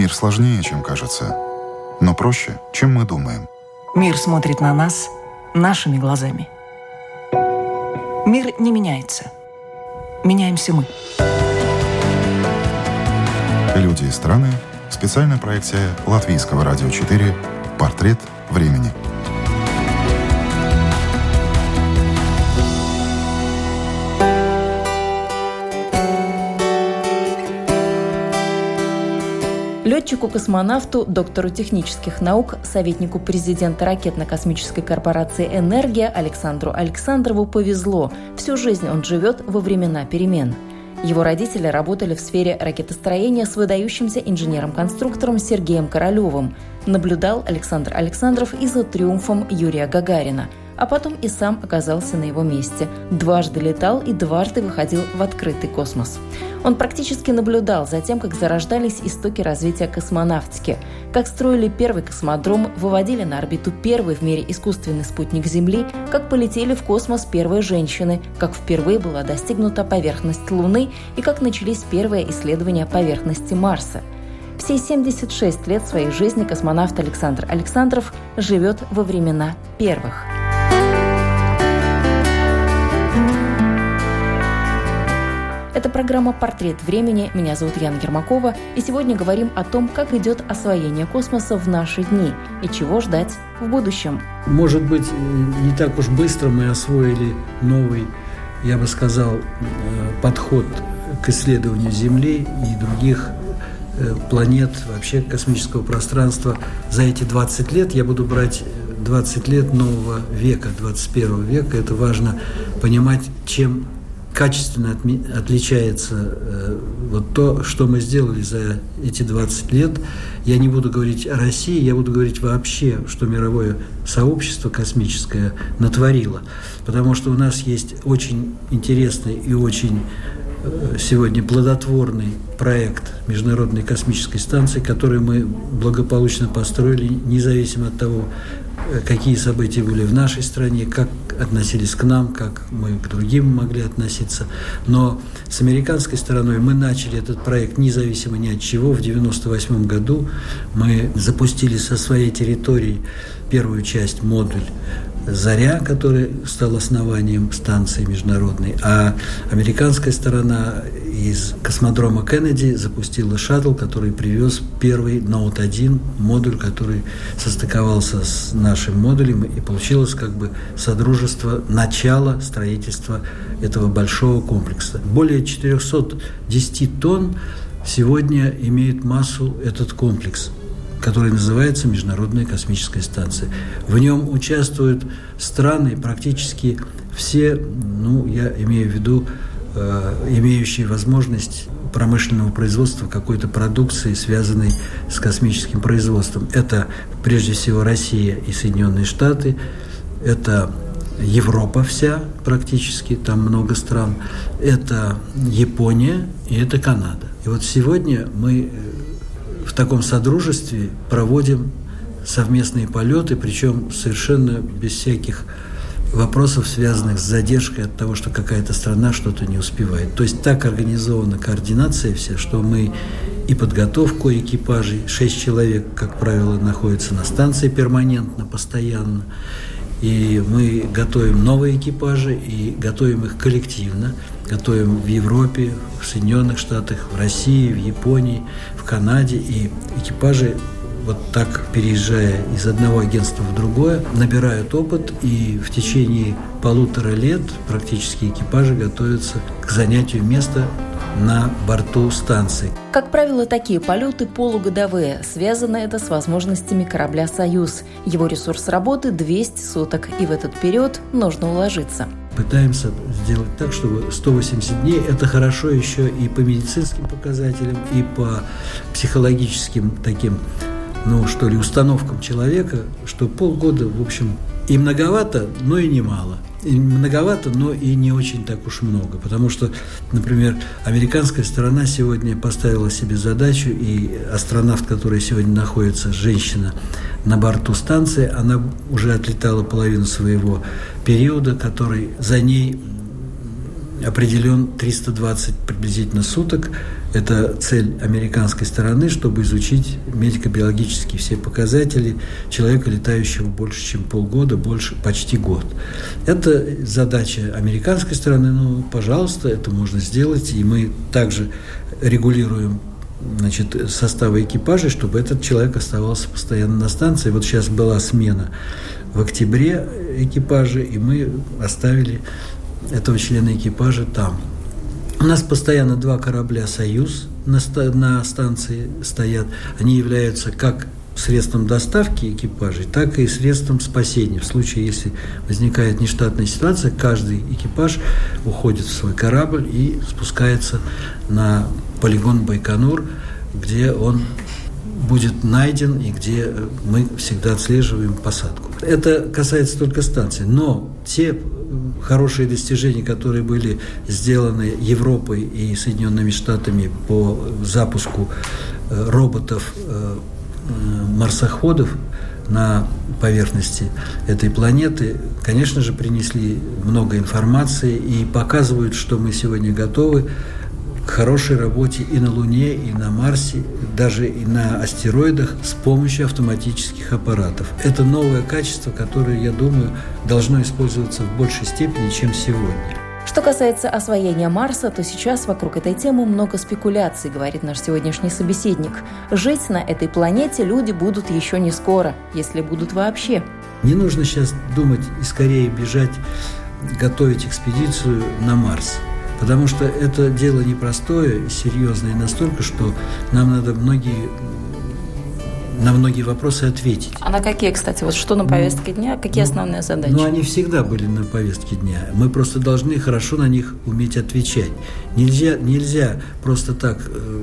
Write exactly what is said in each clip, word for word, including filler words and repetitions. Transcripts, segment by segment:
Мир сложнее, чем кажется, но проще, чем мы думаем. Мир смотрит на нас нашими глазами. Мир не меняется. Меняемся мы. Люди и страны. Специальная проекция Латвийского радио четыре «Портрет времени». Летчику-космонавту, доктору технических наук, советнику президента ракетно-космической корпорации «Энергия» Александру Александрову повезло. Всю жизнь он живет во времена перемен. Его родители работали в сфере ракетостроения с выдающимся инженером-конструктором Сергеем Королевым. Наблюдал Александр Александров и за триумфом Юрия Гагарина, а потом и сам оказался на его месте. Дважды летал и дважды выходил в открытый космос. Он практически наблюдал за тем, как зарождались истоки развития космонавтики, как строили первый космодром, выводили на орбиту первый в мире искусственный спутник Земли, как полетели в космос первые женщины, как впервые была достигнута поверхность Луны и как начались первые исследования поверхности Марса. Все семьдесят шесть лет своей жизни космонавт Александр Александров живет во времена первых. Это программа «Портрет времени». Меня зовут Яна Ермакова. И сегодня говорим о том, как идет освоение космоса в наши дни и чего ждать в будущем. Может быть, не так уж быстро мы освоили новый, я бы сказал, подход к исследованию Земли и других планет, вообще космического пространства. За эти двадцать лет я буду брать двадцать лет нового века, двадцать первого века. Это важно понимать, чем качественно отми- отличается э, вот то, что мы сделали за эти двадцать лет. Я не буду говорить о России, я буду говорить вообще, что мировое сообщество космическое натворило. Потому что у нас есть очень интересный и очень э, сегодня плодотворный проект Международной космической станции, который мы благополучно построили, независимо от того, какие события были в нашей стране, как относились к нам, как мы к другим могли относиться. Но с американской стороной мы начали этот проект независимо ни от чего. В девяносто восьмом году мы запустили со своей территории первую часть, модуль «Заря», который стал основанием станции международной, а американская сторона из космодрома Кеннеди запустила шаттл, который привез первый Ноут один модуль, который состыковался с нашим модулем, и получилось как бы содружество, начало строительства этого большого комплекса. Более четыреста десять тонн сегодня имеет массу этот комплекс, который называется Международная космическая станция. В нем участвуют страны практически все, ну, я имею в виду, э, имеющие возможность промышленного производства какой-то продукции, связанной с космическим производством. Это, прежде всего, Россия и Соединенные Штаты, это Европа вся практически, там много стран, это Япония и это Канада. И вот сегодня мы в таком содружестве проводим совместные полеты, причем совершенно без всяких вопросов, связанных с задержкой от того, что какая-то страна что-то не успевает. То есть так организована координация вся, что мы и подготовку экипажей, шесть человек, как правило, находятся на станции перманентно, постоянно, и мы готовим новые экипажи и готовим их коллективно, готовим в Европе, в Соединенных Штатах, в России, в Японии, в Канаде, и экипажи, вот так переезжая из одного агентства в другое, набирают опыт, и в течение полутора лет практически экипажи готовятся к занятию места на борту станции. Как правило, такие полеты полугодовые. Связано это с возможностями корабля «Союз». Его ресурс работы двести суток, и в этот период нужно уложиться. Пытаемся сделать так, чтобы сто восемьдесят дней – это хорошо еще и по медицинским показателям, и по психологическим таким, ну, что ли, установкам человека, что полгода, в общем, и многовато, но и немало. И многовато, но и не очень так уж много. Потому что, например, американская сторона сегодня поставила себе задачу, и астронавт, который сегодня находится, женщина, на борту станции, она уже отлетала половину своего периода, который за ней определен триста двадцать приблизительно суток. Это цель американской стороны, чтобы изучить медико-биологические все показатели человека, летающего больше, чем полгода, больше, почти год. Это задача американской стороны. Ну, пожалуйста, это можно сделать. И мы также регулируем, значит, составы экипажей, чтобы этот человек оставался постоянно на станции. Вот сейчас была смена в октябре экипажа, и мы оставили этого члена экипажа там. У нас постоянно два корабля «Союз» на, ста- на станции стоят. Они являются как средством доставки экипажей, так и средством спасения. В случае, если возникает нештатная ситуация, каждый экипаж уходит в свой корабль и спускается на полигон Байконур, где он будет найден и где мы всегда отслеживаем посадку. Это касается только станции. Но те хорошие достижения, которые были сделаны Европой и Соединенными Штатами по запуску роботов-марсоходов на поверхности этой планеты, конечно же, принесли много информации и показывают, что мы сегодня готовы к хорошей работе и на Луне, и на Марсе, даже и на астероидах с помощью автоматических аппаратов. Это новое качество, которое, я думаю, должно использоваться в большей степени, чем сегодня. Что касается освоения Марса, то сейчас вокруг этой темы много спекуляций, говорит наш сегодняшний собеседник. Жить на этой планете люди будут еще не скоро, если будут вообще. Не нужно сейчас думать и скорее бежать, готовить экспедицию на Марс. Потому что это дело непростое, серьезное настолько, что нам надо многие, на многие вопросы ответить. А на какие, кстати? Вот что на повестке ну, дня? Какие ну, основные задачи? Ну, они всегда были на повестке дня. Мы просто должны хорошо на них уметь отвечать. Нельзя, нельзя просто так э,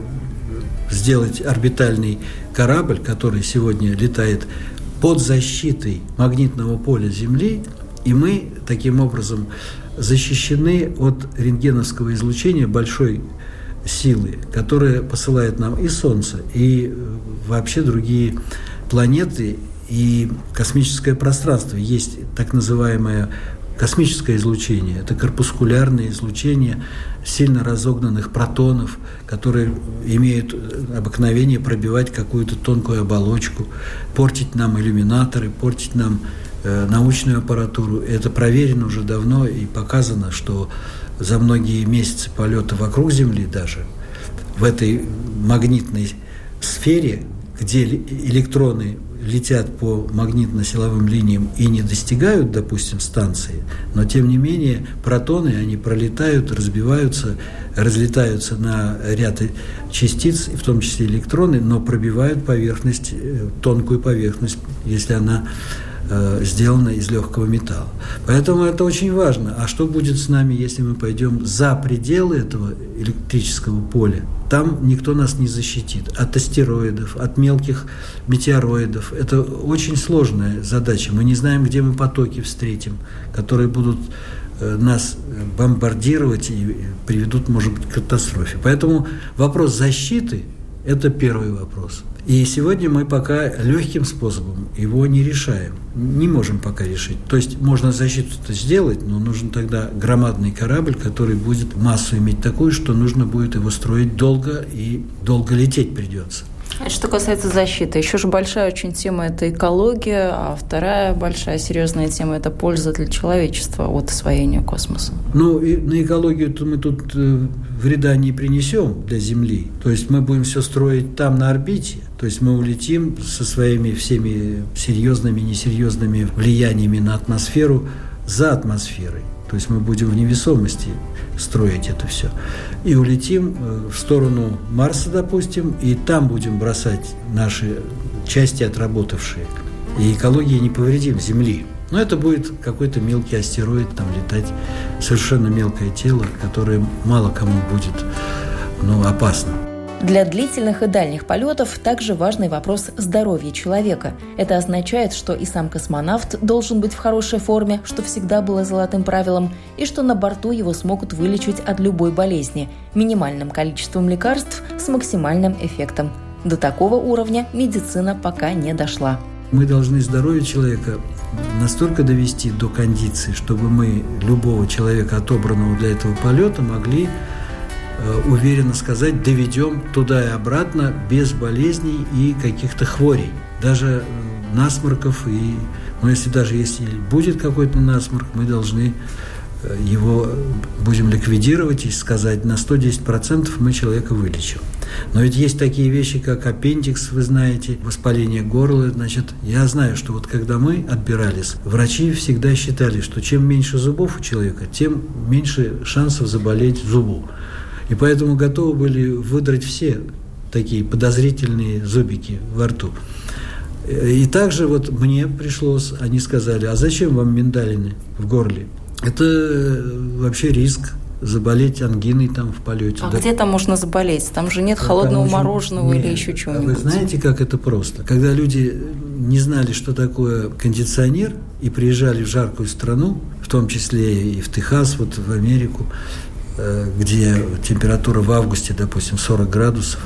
сделать орбитальный корабль, который сегодня летает под защитой магнитного поля Земли, и мы таким образом защищены от рентгеновского излучения большой силы, которая посылает нам и Солнце, и вообще другие планеты, и космическое пространство. Есть так называемое космическое излучение. Это корпускулярное излучение сильно разогнанных протонов, которые имеют обыкновение пробивать какую-то тонкую оболочку, портить нам иллюминаторы, портить нам научную аппаратуру. Это проверено уже давно и показано, что за многие месяцы полета вокруг Земли даже в этой магнитной сфере, где электроны летят по магнитно-силовым линиям и не достигают, допустим, станции, но тем не менее протоны, они пролетают, разбиваются, разлетаются на ряд частиц, в том числе электроны, но пробивают поверхность, тонкую поверхность, если она сделано из легкого металла. Поэтому это очень важно. А что будет с нами, если мы пойдем за пределы этого электрического поля? Там никто нас не защитит от астероидов, от мелких метеороидов. Это очень сложная задача. Мы не знаем, где мы потоки встретим, которые будут нас бомбардировать и приведут, может быть, к катастрофе. Поэтому вопрос защиты – это первый вопрос. И сегодня мы пока легким способом его не решаем, не можем пока решить. То есть можно защиту-то сделать, но нужен тогда громадный корабль, который будет массу иметь такую, что нужно будет его строить долго и долго лететь придется. А что касается защиты, еще же большая очень тема – это экология, а вторая большая серьезная тема – это польза для человечества от освоения космоса. Ну, и на экологию-то мы тут э, вреда не принесем для Земли. То есть мы будем все строить там, на орбите. То есть мы улетим со своими всеми серьезными, несерьезными влияниями на атмосферу за атмосферой. То есть мы будем в невесомости строить это все. И улетим в сторону Марса, допустим, и там будем бросать наши части отработавшие. И экологии не повредим Земли. Но это будет какой-то мелкий астероид там летать, совершенно мелкое тело, которое мало кому будет, ну, опасно. Для длительных и дальних полетов также важный вопрос здоровья человека. Это означает, что и сам космонавт должен быть в хорошей форме, что всегда было золотым правилом, и что на борту его смогут вылечить от любой болезни минимальным количеством лекарств с максимальным эффектом. До такого уровня медицина пока не дошла. Мы должны здоровье человека настолько довести до кондиции, чтобы мы любого человека, отобранного для этого полета, могли э, уверенно сказать, доведем туда и обратно без болезней и каких-то хворей. Даже э, насморков, и, ну, если даже если будет какой-то насморк, мы должны э, его будем ликвидировать и сказать, на сто десять процентов мы человека вылечим. Но ведь есть такие вещи, как аппендикс, вы знаете, воспаление горла. Значит, я знаю, что вот когда мы отбирались, врачи всегда считали, что чем меньше зубов у человека, тем меньше шансов заболеть зубу. И поэтому готовы были выдрать все такие подозрительные зубики во рту. И также вот мне пришлось, они сказали, а зачем вам миндалины в горле? Это вообще риск заболеть ангиной там в полете. А да. где там можно заболеть? Там же нет холодного очень... мороженого нет. Или еще чего-нибудь. А вы знаете, как это просто? Когда люди не знали, что такое кондиционер, и приезжали в жаркую страну, в том числе и в Техас, вот в Америку, где температура в августе, допустим, сорок градусов,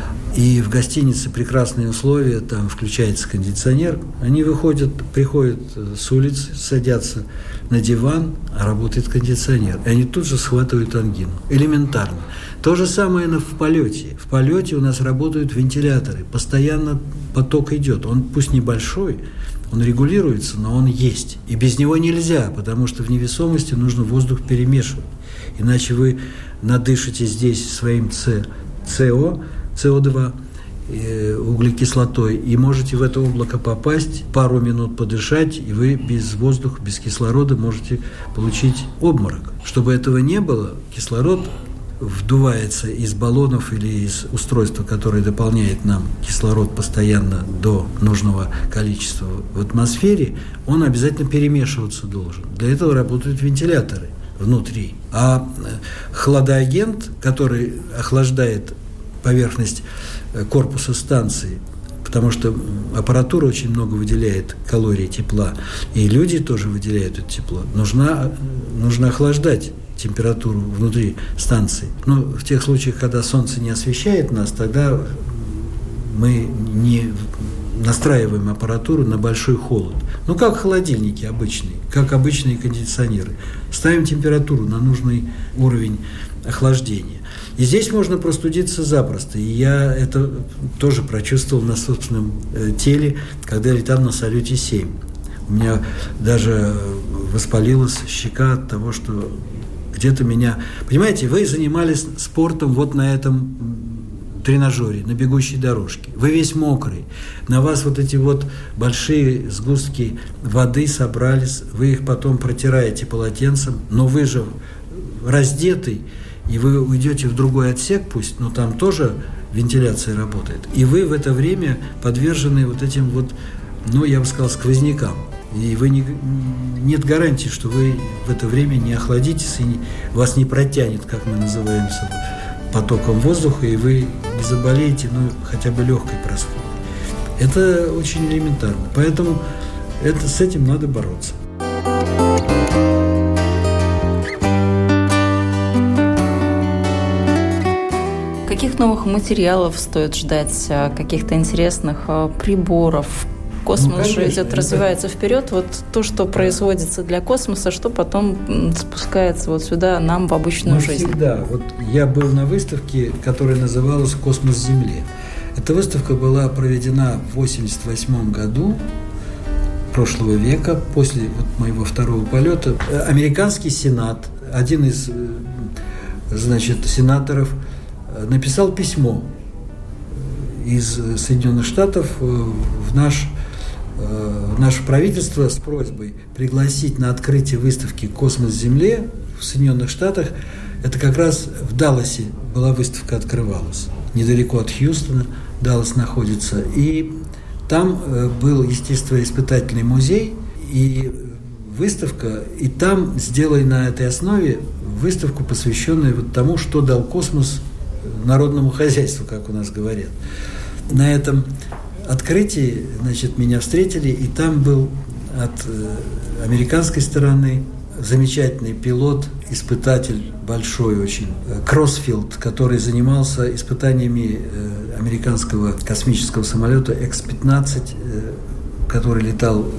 и в гостинице прекрасные условия, там включается кондиционер, они выходят, приходят с улицы, садятся на диван, а работает кондиционер. И они тут же схватывают ангину. Элементарно. То же самое в полете. В полете у нас работают вентиляторы. Постоянно поток идет. Он пусть небольшой, он регулируется, но он есть. И без него нельзя, потому что в невесомости нужно воздух перемешивать. Иначе вы надышите здесь своим С, СО, СО2, углекислотой, и можете в это облако попасть, пару минут подышать, и вы без воздуха, без кислорода можете получить обморок. Чтобы этого не было, кислород вдувается из баллонов или из устройства, которое дополняет нам кислород постоянно до нужного количества в атмосфере, он обязательно перемешиваться должен. Для этого работают вентиляторы внутри. А хладоагент, который охлаждает поверхность корпуса станции, потому что аппаратура очень много выделяет калорий тепла, и люди тоже выделяют это тепло. Нужно, нужно охлаждать температуру внутри станции. Но в тех случаях, когда солнце не освещает нас, тогда мы не настраиваем аппаратуру на большой холод. Ну, как холодильники обычные, как обычные кондиционеры. Ставим температуру на нужный уровень охлаждения. И здесь можно простудиться запросто. И я это тоже прочувствовал на собственном теле, когда летал на Салюте семь. У меня даже воспалилась щека от того, что где-то меня... Понимаете, вы занимались спортом вот на этом тренажере, на бегущей дорожке. Вы весь мокрый. На вас вот эти вот большие сгустки воды собрались. Вы их потом протираете полотенцем. Но вы же раздетый, и вы уйдете в другой отсек, пусть, но там тоже вентиляция работает. И вы в это время подвержены вот этим вот, ну, я бы сказал, сквознякам. И вы не, нет гарантии, что вы в это время не охладитесь и не, вас не протянет, как мы называем, потоком воздуха, и вы не заболеете, ну, хотя бы легкой простудой. Это очень элементарно. Поэтому это, с этим надо бороться. Каких новых материалов стоит ждать, каких-то интересных приборов? Космос ну, же идет, развивается вперед. Вот то, что производится для космоса, что потом спускается вот сюда, нам в обычную ну, жизнь. Всегда. Вот я был на выставке, которая называлась «Космос Земли». Эта выставка была проведена в восемьдесят восьмом году прошлого века, после вот моего второго полета. Американский Сенат, один из, значит, сенаторов, написал письмо из Соединенных Штатов в наш, в наше правительство с просьбой пригласить на открытие выставки «Космос Земле» в Соединенных Штатах. Это как раз в Далласе была выставка, открывалась, недалеко от Хьюстона, Даллас находится. И там был естествоиспытательный музей и выставка, и там сделали на этой основе выставку, посвященную вот тому, что дал космос народному хозяйству, как у нас говорят. На этом открытии, значит, меня встретили, и там был от э, американской стороны замечательный пилот, испытатель большой очень, э, Кроссфилд, который занимался испытаниями э, американского космического самолета икс пятнадцать, э, который летал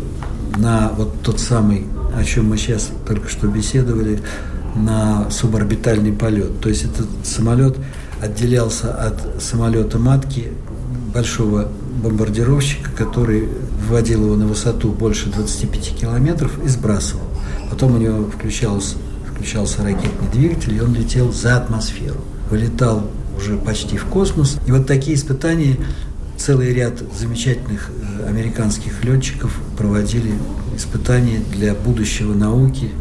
на вот тот самый, о чем мы сейчас только что беседовали, на суборбитальный полет. То есть этот самолет отделялся от самолета-матки большого бомбардировщика, который выводил его на высоту больше двадцати пяти километров и сбрасывал. Потом у него включался, включался ракетный двигатель, и он летел за атмосферу. Вылетал уже почти в космос. И вот такие испытания целый ряд замечательных американских летчиков проводили, испытания для будущего науки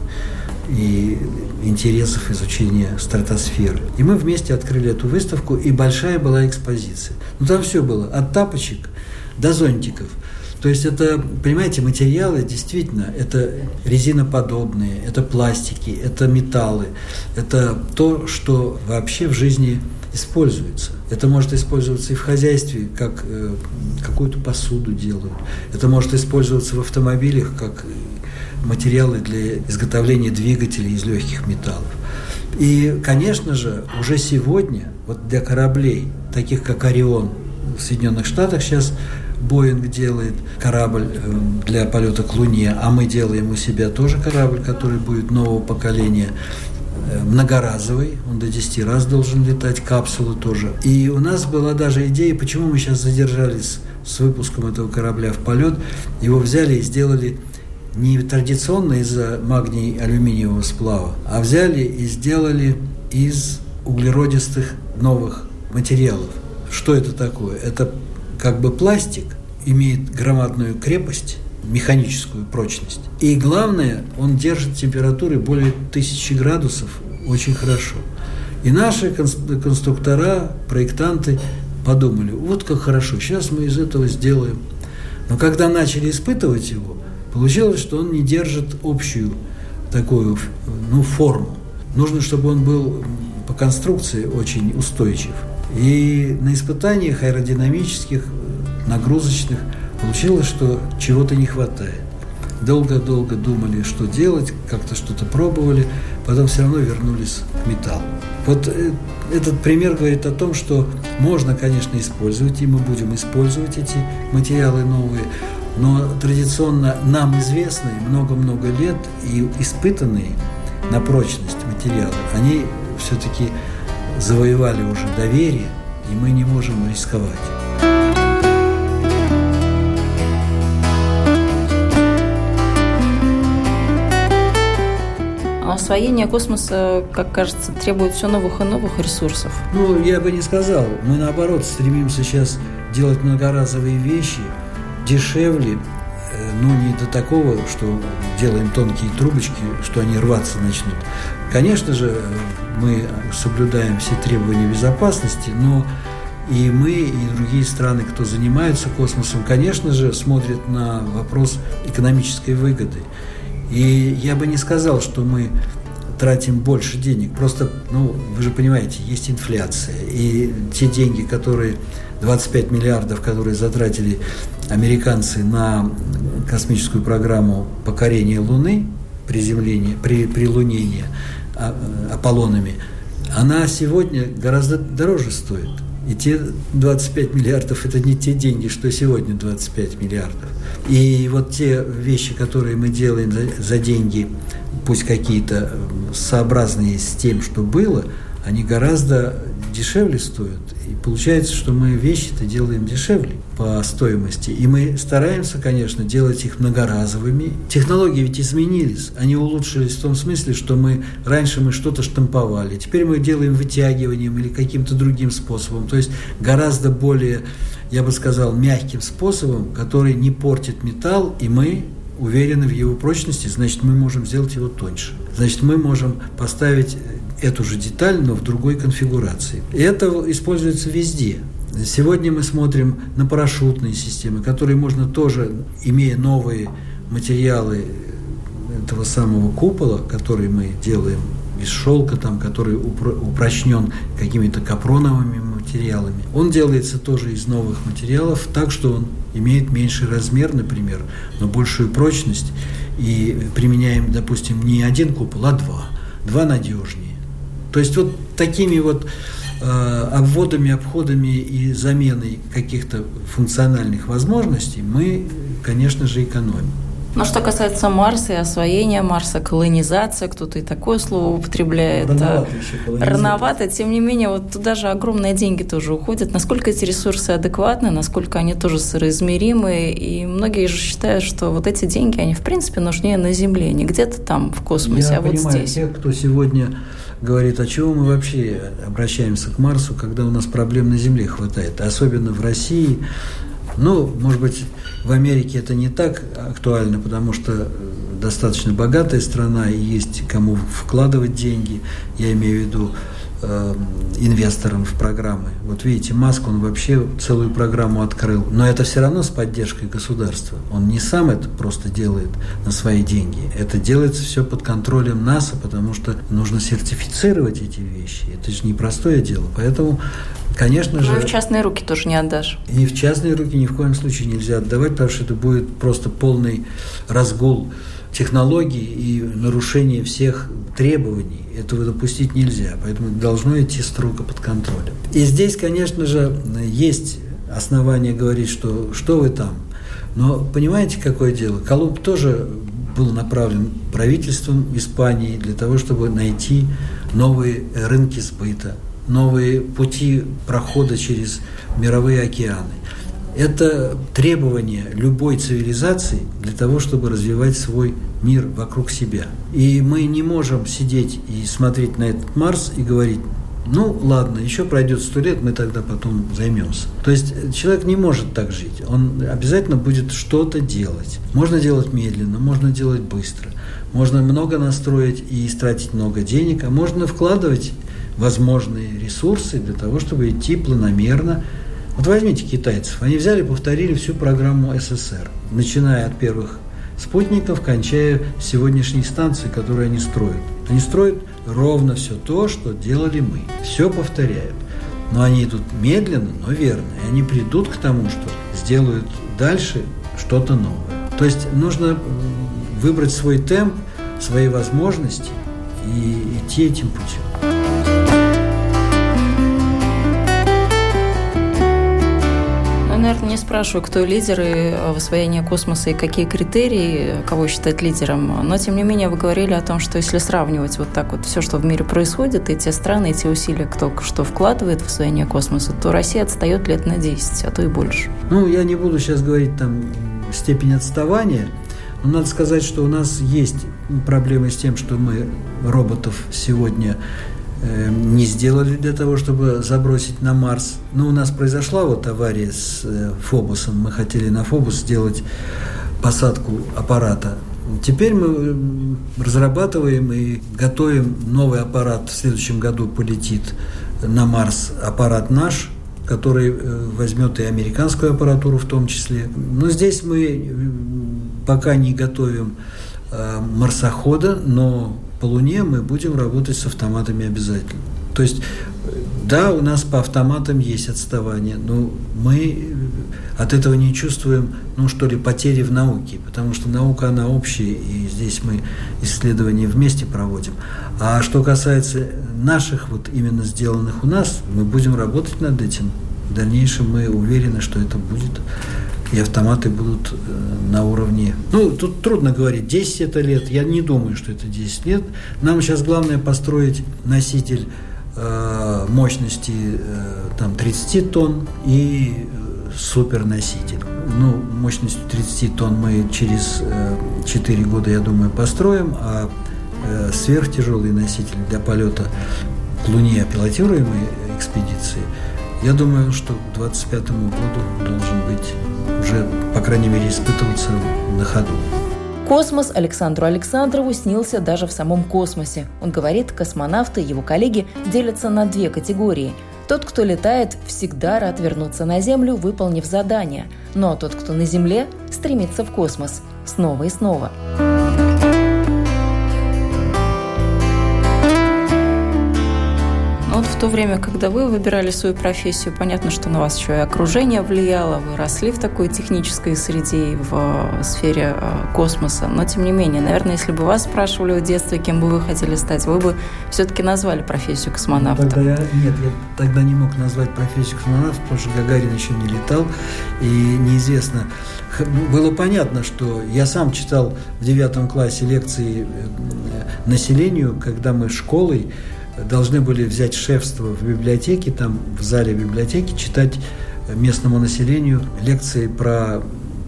и интересов изучения стратосферы. И мы вместе открыли эту выставку, и большая была экспозиция. Ну, там все было, от тапочек до зонтиков. То есть это, понимаете, материалы действительно, это резиноподобные, это пластики, это металлы, это то, что вообще в жизни используется. Это может использоваться и в хозяйстве, как э, какую-то посуду делают. Это может использоваться в автомобилях, как материалы для изготовления двигателей из легких металлов. И, конечно же, уже сегодня вот для кораблей, таких как «Орион» в Соединенных Штатах, сейчас Боинг делает корабль для полета к Луне, а мы делаем у себя тоже корабль, который будет нового поколения, многоразовый, он до десяти раз должен летать, капсулы тоже. И у нас была даже идея, почему мы сейчас задержались с выпуском этого корабля в полет, его взяли и сделали не традиционно из-за магний-алюминиевого сплава, а взяли и сделали из углеродистых новых материалов. Что это такое? Это как бы пластик, имеет громадную крепость, механическую прочность. И главное, он держит температуры более тысячи градусов очень хорошо. И наши конструктора, проектанты подумали, вот как хорошо, сейчас мы из этого сделаем. Но когда начали испытывать его, получилось, что он не держит общую такую, ну, форму. Нужно, чтобы он был по конструкции очень устойчив. И на испытаниях аэродинамических, нагрузочных получилось, что чего-то не хватает. Долго-долго думали, что делать, как-то что-то пробовали, потом все равно вернулись к металлу. Вот этот пример говорит о том, что можно, конечно, использовать, и мы будем использовать эти материалы новые, но традиционно нам известные много-много лет и испытанные на прочность материалы, они все-таки завоевали уже доверие, и мы не можем рисковать. Освоение космоса, как кажется, требует все новых и новых ресурсов. Ну, я бы не сказал. Мы, наоборот, стремимся сейчас делать многоразовые вещи дешевле, но не до такого, что делаем тонкие трубочки, что они рваться начнут. Конечно же, мы соблюдаем все требования безопасности, но и мы, и другие страны, кто занимаются космосом, конечно же, смотрят на вопрос экономической выгоды. И я бы не сказал, что мы тратим больше денег. Просто, ну, вы же понимаете, есть инфляция. И те деньги, которые, двадцать пять миллиардов, которые затратили американцы на космическую программу покорения Луны, приземления, при, прилунения Аполлонами, она сегодня гораздо дороже стоит. И те двадцать пять миллиардов – это не те деньги, что сегодня двадцать пять миллиардов. И вот те вещи, которые мы делаем за, за деньги, пусть какие-то сообразные с тем, что было, они гораздо дешевле стоят. И получается, что мы вещи-то делаем дешевле по стоимости. И мы стараемся, конечно, делать их многоразовыми. Технологии ведь изменились. Они улучшились в том смысле, что мы раньше мы что-то штамповали. Теперь мы делаем вытягиванием или каким-то другим способом. То есть гораздо более, я бы сказал, мягким способом, который не портит металл, и мы уверены в его прочности, значит, мы можем сделать его тоньше. Значит, мы можем поставить эту же деталь, но в другой конфигурации. И это используется везде. Сегодня мы смотрим на парашютные системы, которые можно тоже, имея новые материалы этого самого купола, который мы делаем из шелка, там, который упрочнен какими-то капроновыми материалами, он делается тоже из новых материалов, так что он имеет меньший размер, например, но большую прочность, и применяем, допустим, не один купол, а два. Два надежнее. То есть вот такими вот э, обводами, обходами и заменой каких-то функциональных возможностей мы, конечно же, экономим. Но что касается Марса и освоения Марса, колонизация, кто-то и такое слово употребляет. Рановато еще Рановато, тем не менее, вот туда же огромные деньги тоже уходят. Насколько эти ресурсы адекватны, насколько они тоже соизмеримы. И многие же считают, что вот эти деньги, они в принципе нужнее на Земле, не где-то там в космосе, Я а вот понимаю здесь. тех, кто сегодня говорит, а чего мы вообще обращаемся к Марсу, когда у нас проблем на Земле хватает, особенно в России. Ну, может быть, в Америке это не так актуально, потому что достаточно богатая страна и есть кому вкладывать деньги, я имею в виду э, инвесторам в программы. Вот видите, Маск, он вообще целую программу открыл, но это все равно с поддержкой государства. Он не сам это просто делает на свои деньги, это делается все под контролем НАСА, потому что нужно сертифицировать эти вещи, это же непростое дело, поэтому... Конечно же, ну и в частные руки тоже не отдашь. И в частные руки ни в коем случае нельзя отдавать, потому что это будет просто полный разгул технологий и нарушение всех требований. Этого допустить нельзя, поэтому должно идти строго под контролем. И здесь, конечно же, есть основания говорить, что что вы там. Но понимаете, какое дело? Колумб тоже был направлен правительством Испании для того, чтобы найти новые рынки сбыта, новые пути прохода через мировые океаны. Это требование любой цивилизации для того, чтобы развивать свой мир вокруг себя. И мы не можем сидеть и смотреть на этот Марс и говорить, ну ладно, еще пройдет сто лет, мы тогда потом займемся. То есть человек не может так жить, он обязательно будет что-то делать. Можно делать медленно, можно делать быстро, можно много настроить и истратить много денег, а можно вкладывать возможные ресурсы для того, чтобы идти планомерно. Вот возьмите китайцев. Они взяли и повторили всю программу СССР, начиная от первых спутников, кончая сегодняшней станцией, которую они строят. Они строят ровно все то, что делали мы. Все повторяют. Но они идут медленно, но верно. И они придут к тому, что сделают дальше что-то новое. То есть нужно выбрать свой темп, свои возможности и идти этим путем. Наверное, не спрашиваю, кто лидеры в освоении космоса и какие критерии, кого считать лидером. Но, тем не менее, вы говорили о том, что если сравнивать вот так вот все, что в мире происходит, и те страны, и те усилия, кто что вкладывает в освоение космоса, то Россия отстает лет на десять, а то и больше. Ну, я не буду сейчас говорить там степень отставания, но надо сказать, что у нас есть проблемы с тем, что мы роботов сегодня не сделали для того, чтобы забросить на Марс. Но у нас произошла вот авария с Фобосом. Мы хотели на Фобос сделать посадку аппарата. Теперь мы разрабатываем и готовим новый аппарат. В следующем году полетит на Марс аппарат наш, который возьмет и американскую аппаратуру в том числе. Но здесь мы пока не готовим марсохода, но по Луне мы будем работать с автоматами обязательно. То есть, да, у нас по автоматам есть отставание, но мы от этого не чувствуем, ну, что ли, потери в науке, потому что наука, она общая, и здесь мы исследования вместе проводим. А что касается наших, вот именно сделанных у нас, мы будем работать над этим. В дальнейшем мы уверены, что это будет, и автоматы будут на уровне... Ну, тут трудно говорить, десять это лет, я не думаю, что это десять лет. Нам сейчас главное построить носитель э, мощности э, там, тридцать тонн и э, суперноситель. Ну, мощностью тридцать тонн мы через э, четыре года, я думаю, построим, а э, сверхтяжелый носитель для полета к Луне, пилотируемой экспедиции, я думаю, что к двадцать пятому году должен быть уже, по крайней мере, испытываться на ходу. Космос Александру Александрову снился даже в самом космосе. Он говорит, космонавты и его коллеги делятся на две категории. Тот, кто летает, всегда рад вернуться на Землю, выполнив задание. Ну а тот, кто на Земле, стремится в космос снова и снова. вот в то время, когда вы выбирали свою профессию, понятно, что на вас еще и окружение влияло, вы росли в такой технической среде, в сфере космоса, но тем не менее, наверное, если бы вас спрашивали в детстве, кем бы вы хотели стать, вы бы все-таки назвали профессию космонавта. Тогда я, нет, я тогда не мог назвать профессию космонавта, потому что Гагарин еще не летал, и неизвестно. Было понятно, что я сам читал в девятом классе лекции населению, когда мы школой должны были взять шефство в библиотеке, там в зале библиотеки читать местному населению лекции про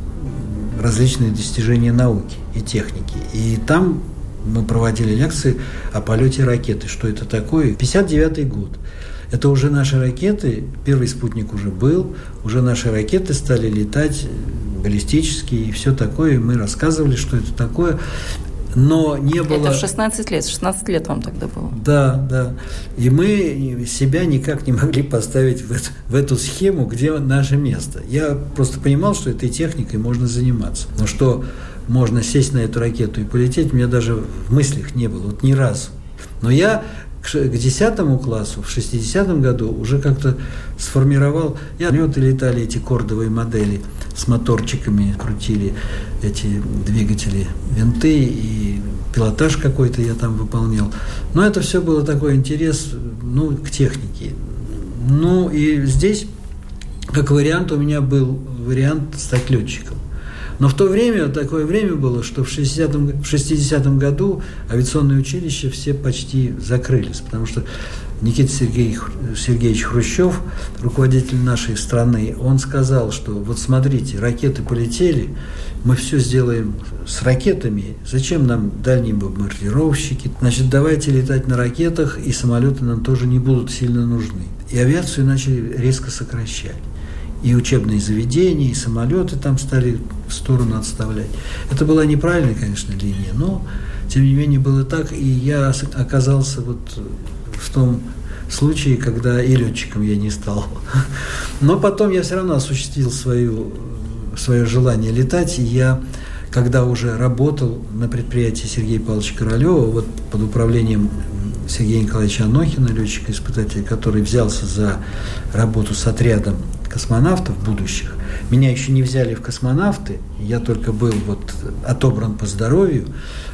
различные достижения науки и техники. И там мы проводили лекции о полете ракеты, что это такое. пятьдесят девятый год. Это уже наши ракеты, первый спутник уже был, уже наши ракеты стали летать баллистические и все такое. И мы рассказывали, что это такое. Но не было... Это в шестнадцать лет, шестнадцать лет вам тогда было. Да, да. И мы себя никак не могли поставить в эту, в эту схему, где наше место. Я просто понимал, что этой техникой можно заниматься. Но что можно сесть на эту ракету и полететь, у меня даже в мыслях не было, вот ни разу. Но я к десятому классу, в шестидесятом году уже как-то сформировал, я леты летали эти кордовые модели с моторчиками, крутили эти двигатели, винты, и пилотаж какой-то я там выполнял. Но это все было такой интерес, ну, к технике. Ну, и здесь, как вариант, у меня был вариант стать летчиком. Но в то время, такое время было, что в шестидесятом, в шестидесятом году авиационные училища все почти закрылись, потому что Никита Сергеевич, Сергеевич Хрущев, руководитель нашей страны, он сказал, что вот смотрите, ракеты полетели, мы все сделаем с ракетами, зачем нам дальние бомбардировщики? Значит, давайте летать на ракетах, и самолеты нам тоже не будут сильно нужны. И авиацию начали резко сокращать. И учебные заведения, и самолеты там стали в сторону отставлять. Это была неправильная, конечно, линия, но, тем не менее, было так. И я оказался вот в том случае, когда и летчиком я не стал. Но потом я все равно осуществил свою, свое желание летать. И я, когда уже работал на предприятии Сергея Павловича Королева, вот под управлением Сергея Николаевича Анохина, летчика-испытателя, который взялся за работу с отрядом космонавтов будущих. Меня еще не взяли в космонавты, я только был вот отобран по здоровью,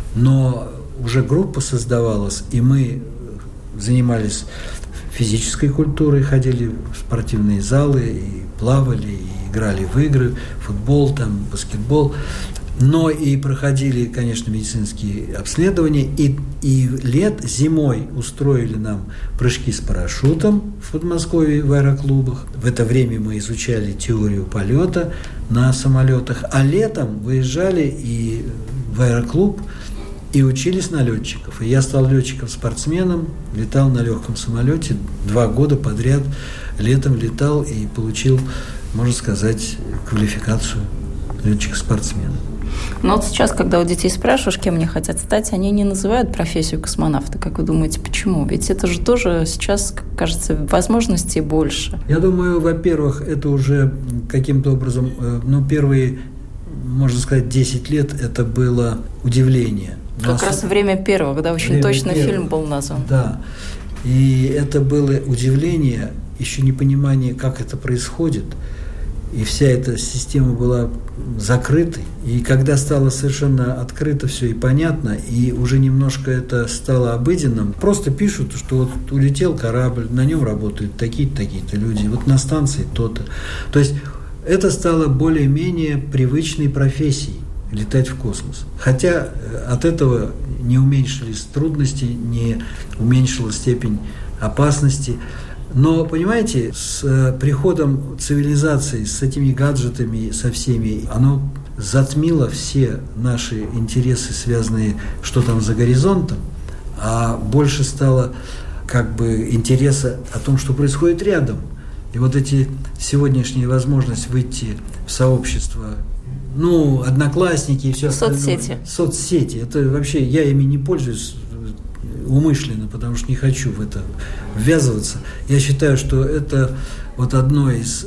но уже группа создавалась, и мы занимались физической культурой, ходили в спортивные залы, и плавали, и играли в игры, футбол, там, баскетбол. Но и проходили, конечно, медицинские обследования, и, и лет зимой устроили нам прыжки с парашютом в Подмосковье в аэроклубах. В это время мы изучали теорию полета на самолетах, а летом выезжали и в аэроклуб и учились на летчиков. И я стал летчиком-спортсменом, летал на легком самолете два года подряд, летом летал и получил, можно сказать, квалификацию летчика-спортсмена. Но вот сейчас, когда у детей спрашиваешь, кем они хотят стать, они не называют профессию космонавта. Как вы думаете, почему? Ведь это же тоже сейчас, кажется, возможностей больше. Я думаю, во-первых, это уже каким-то образом, ну, первые, можно сказать, десять лет это было удивление. Как Нас... раз время первых, да, очень время точно первых. Фильм был назван. Да, и это было удивление, еще непонимание, как это происходит. И вся эта система была закрытой. И когда стало совершенно открыто все и понятно, и уже немножко это стало обыденным, просто пишут, что вот улетел корабль, на нем работают такие-то, такие-то люди, вот на станции то-то. То есть это стало более-менее привычной профессией – летать в космос. Хотя от этого не уменьшились трудности, не уменьшилась степень опасности. Но, понимаете, с приходом цивилизации, с этими гаджетами, со всеми, оно затмило все наши интересы, связанные, что там за горизонтом, а больше стало как бы интереса о том, что происходит рядом. И вот эти сегодняшние возможности выйти в сообщество, ну, одноклассники и все остальное. Соцсети. Соцсети. Это вообще, я ими не пользуюсь умышленно, потому что не хочу в это ввязываться. Я считаю, что это вот одно из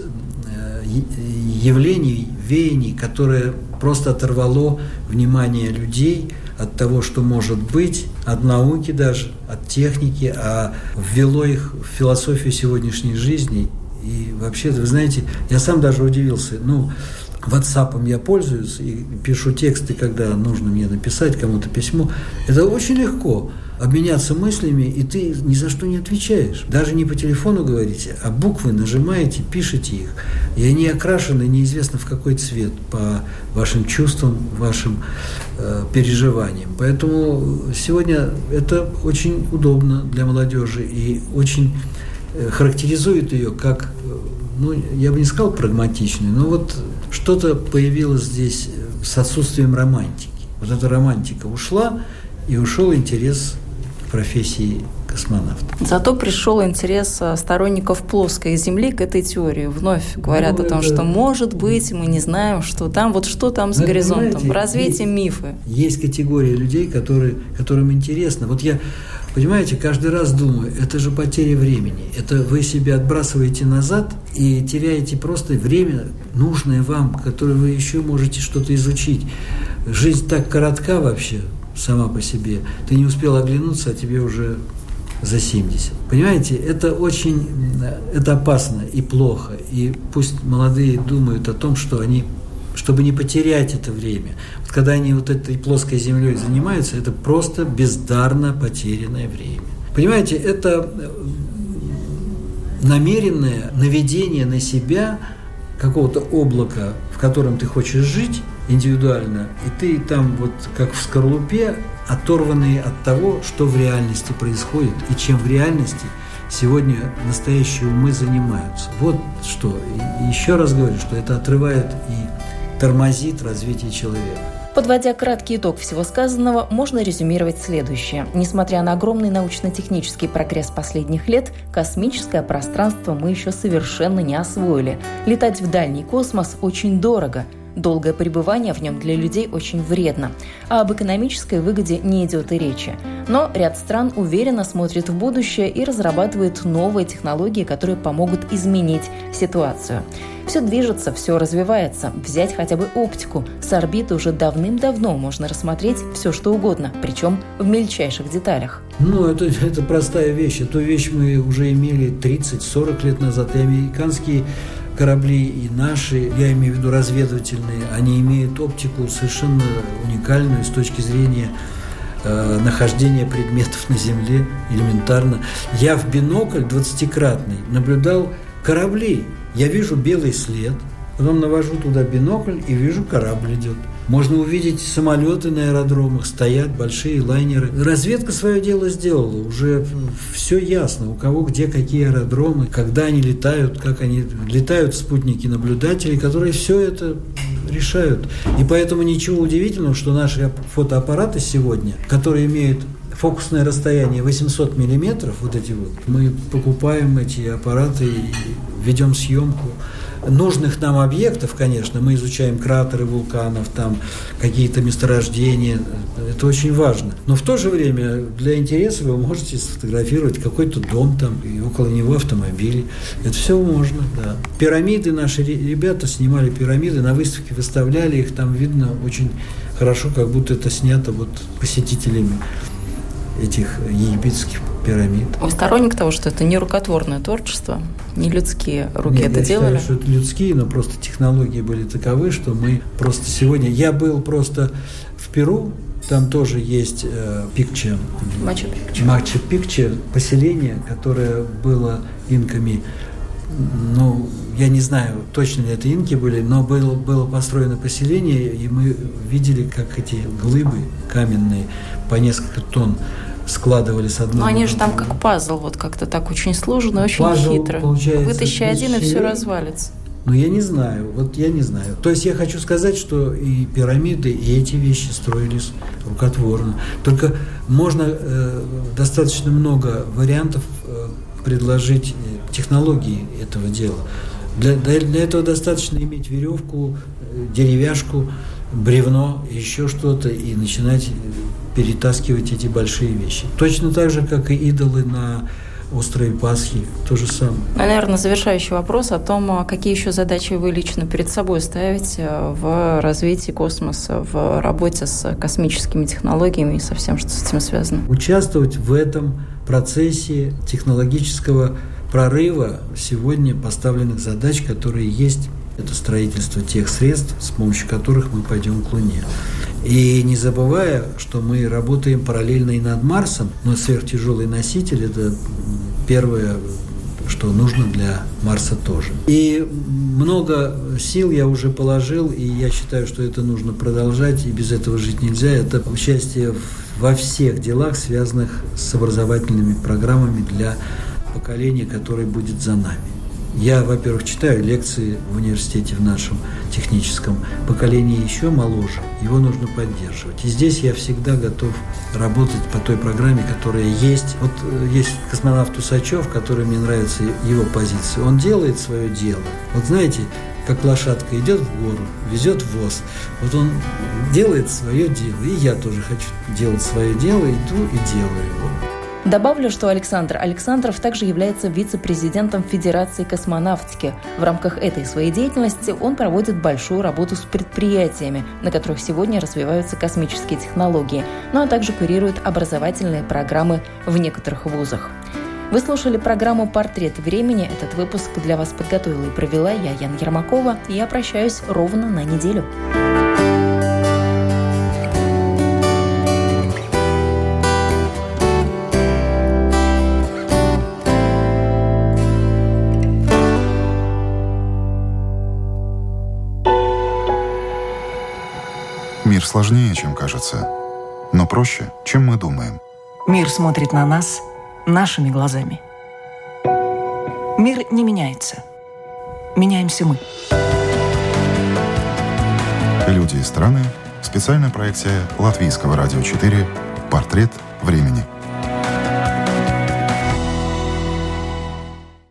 явлений, веяний, которое просто оторвало внимание людей от того, что может быть, от науки даже, от техники, а ввело их в философию сегодняшней жизни. И вообще, вы знаете, я сам даже удивился. Ну, WhatsApp я пользуюсь и пишу тексты, когда нужно мне написать кому-то письмо. Это очень легко обменяться мыслями, и ты ни за что не отвечаешь. Даже не по телефону говорите, а буквы нажимаете, пишете их. И они окрашены неизвестно в какой цвет по вашим чувствам, вашим э, переживаниям. Поэтому сегодня это очень удобно для молодежи и очень э, характеризует ее как, ну, я бы не сказал прагматичную, но вот что-то появилось здесь с отсутствием романтики. Вот эта романтика ушла, и ушел интерес к профессии космонавта. Зато пришел интерес сторонников плоской Земли к этой теории. Вновь говорят ну, о том, это... что может быть, мы не знаем, что там, вот что там за горизонтом. Развейте мифы. Есть категория людей, которые, которым интересно. Вот я, понимаете, каждый раз думаю, это же потеря времени. Это вы себя отбрасываете назад и теряете просто время, нужное вам, которое вы еще можете что-то изучить. Жизнь так коротка вообще, сама по себе. Ты не успел оглянуться, а тебе уже за семьдесят. Понимаете, это очень, это опасно и плохо. И пусть молодые думают о том, что они, чтобы не потерять это время. Вот когда они вот этой плоской землей занимаются, это просто бездарно потерянное время. Понимаете, это намеренное наведение на себя какого-то облака, в котором ты хочешь жить индивидуально, и ты там вот как в скорлупе, оторванные от того, что в реальности происходит и чем в реальности сегодня настоящие умы занимаются. Вот что. И еще раз говорю, что это отрывает и тормозит развитие человека. Подводя краткий итог всего сказанного, можно резюмировать следующее. Несмотря на огромный научно-технический прогресс последних лет, космическое пространство мы еще совершенно не освоили. Летать в дальний космос очень дорого. Долгое пребывание в нем для людей очень вредно, а об экономической выгоде не идет и речи. Но ряд стран уверенно смотрит в будущее и разрабатывает новые технологии, которые помогут изменить ситуацию. Все движется, все развивается. Взять хотя бы оптику. С орбиты уже давным-давно можно рассмотреть все, что угодно, причем в мельчайших деталях. Ну, это, это простая вещь. Эту вещь мы уже имели тридцать-сорок лет назад. И американские корабли, и наши, я имею в виду разведывательные, они имеют оптику совершенно уникальную с точки зрения э, нахождения предметов на Земле, элементарно. Я в бинокль двадцатикратный наблюдал корабли. Я вижу белый след, потом навожу туда бинокль и вижу, корабль идет. Можно увидеть самолеты на аэродромах, стоят большие лайнеры. Разведка свое дело сделала, уже все ясно, у кого где какие аэродромы, когда они летают, как они летают спутники-наблюдатели, которые все это решают. И поэтому ничего удивительного, что наши фотоаппараты сегодня, которые имеют фокусное расстояние восемьсот миллиметров, вот эти вот, мы покупаем эти аппараты и ведем съемку нужных нам объектов, конечно, мы изучаем кратеры вулканов, там какие-то месторождения, это очень важно. Но в то же время для интереса вы можете сфотографировать какой-то дом там и около него автомобили. Это все можно, да. Пирамиды, наши ребята снимали пирамиды, на выставке выставляли их, там видно очень хорошо, как будто это снято вот посетителями этих египетских пирамид. Вы сторонник того, что это не рукотворное творчество, не людские руки Нет, это я делали? Я считаю, что это людские, но просто технологии были таковы, что мы просто сегодня... Я был просто в Перу, там тоже есть э, Пикче. Мачу-Пикчу. Мачу-Пикчу, поселение, которое было инками. Ну, я не знаю, точно ли это инки были, но было, было построено поселение, и мы видели, как эти глыбы каменные по несколько тонн складывали с одной. Но они же там как пазл, вот как-то так очень сложно, очень пазл, хитро. Вытащи один, и все развалится. Ну, я не знаю, вот я не знаю. То есть я хочу сказать, что и пирамиды, и эти вещи строились рукотворно. Только можно э, достаточно много вариантов э, предложить технологии этого дела. Для, для этого достаточно иметь веревку, деревяшку, бревно, еще что-то, и начинать перетаскивать эти большие вещи. Точно так же, как и идолы на острой Пасхи, то же самое. Наверное, завершающий вопрос о том, какие еще задачи вы лично перед собой ставите в развитии космоса, в работе с космическими технологиями и со всем, что с этим связано. Участвовать в этом процессе технологического прорыва сегодня поставленных задач, которые есть. Это строительство тех средств, с помощью которых мы пойдем к Луне. И не забывая, что мы работаем параллельно и над Марсом, но сверхтяжелый носитель – это первое, что нужно для Марса тоже. И много сил я уже положил, и я считаю, что это нужно продолжать, и без этого жить нельзя. Это участие во всех делах, связанных с образовательными программами для поколения, которое будет за нами. Я, во-первых, читаю лекции в университете в нашем техническом. Поколение еще моложе, его нужно поддерживать. И здесь я всегда готов работать по той программе, которая есть. Вот есть космонавт Усачев, который мне нравится его позиция. Он делает свое дело. Вот знаете, как лошадка идет в гору, везет воз. Вот он делает свое дело. И я тоже хочу делать свое дело, иду и делаю его. Добавлю, что Александр Александров также является вице-президентом Федерации космонавтики. В рамках этой своей деятельности он проводит большую работу с предприятиями, на которых сегодня развиваются космические технологии, ну а также курирует образовательные программы в некоторых вузах. Вы слушали программу «Портрет времени». Этот выпуск для вас подготовила и провела я, Яна Ермакова, и я прощаюсь ровно на неделю. Мир сложнее, чем кажется, но проще, чем мы думаем. Мир смотрит на нас нашими глазами. Мир не меняется. Меняемся мы. Люди и страны. Специальная проекция Латвийского радио четыре «Портрет времени».